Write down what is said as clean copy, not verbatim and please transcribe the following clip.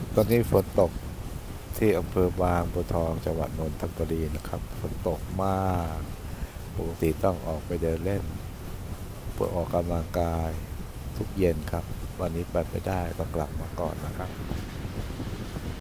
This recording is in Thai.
ตอนนี้ฝนตกที่อำเภอบางบัวทองจังหวัดนนทบุรีนะครับฝนตกมากปกติต้องออกไปเดินเล่นเพื่อออกกำลังกายทุกเย็นครับวันนี้ไปไม่ได้ต้องกลับมาก่อนนะครับ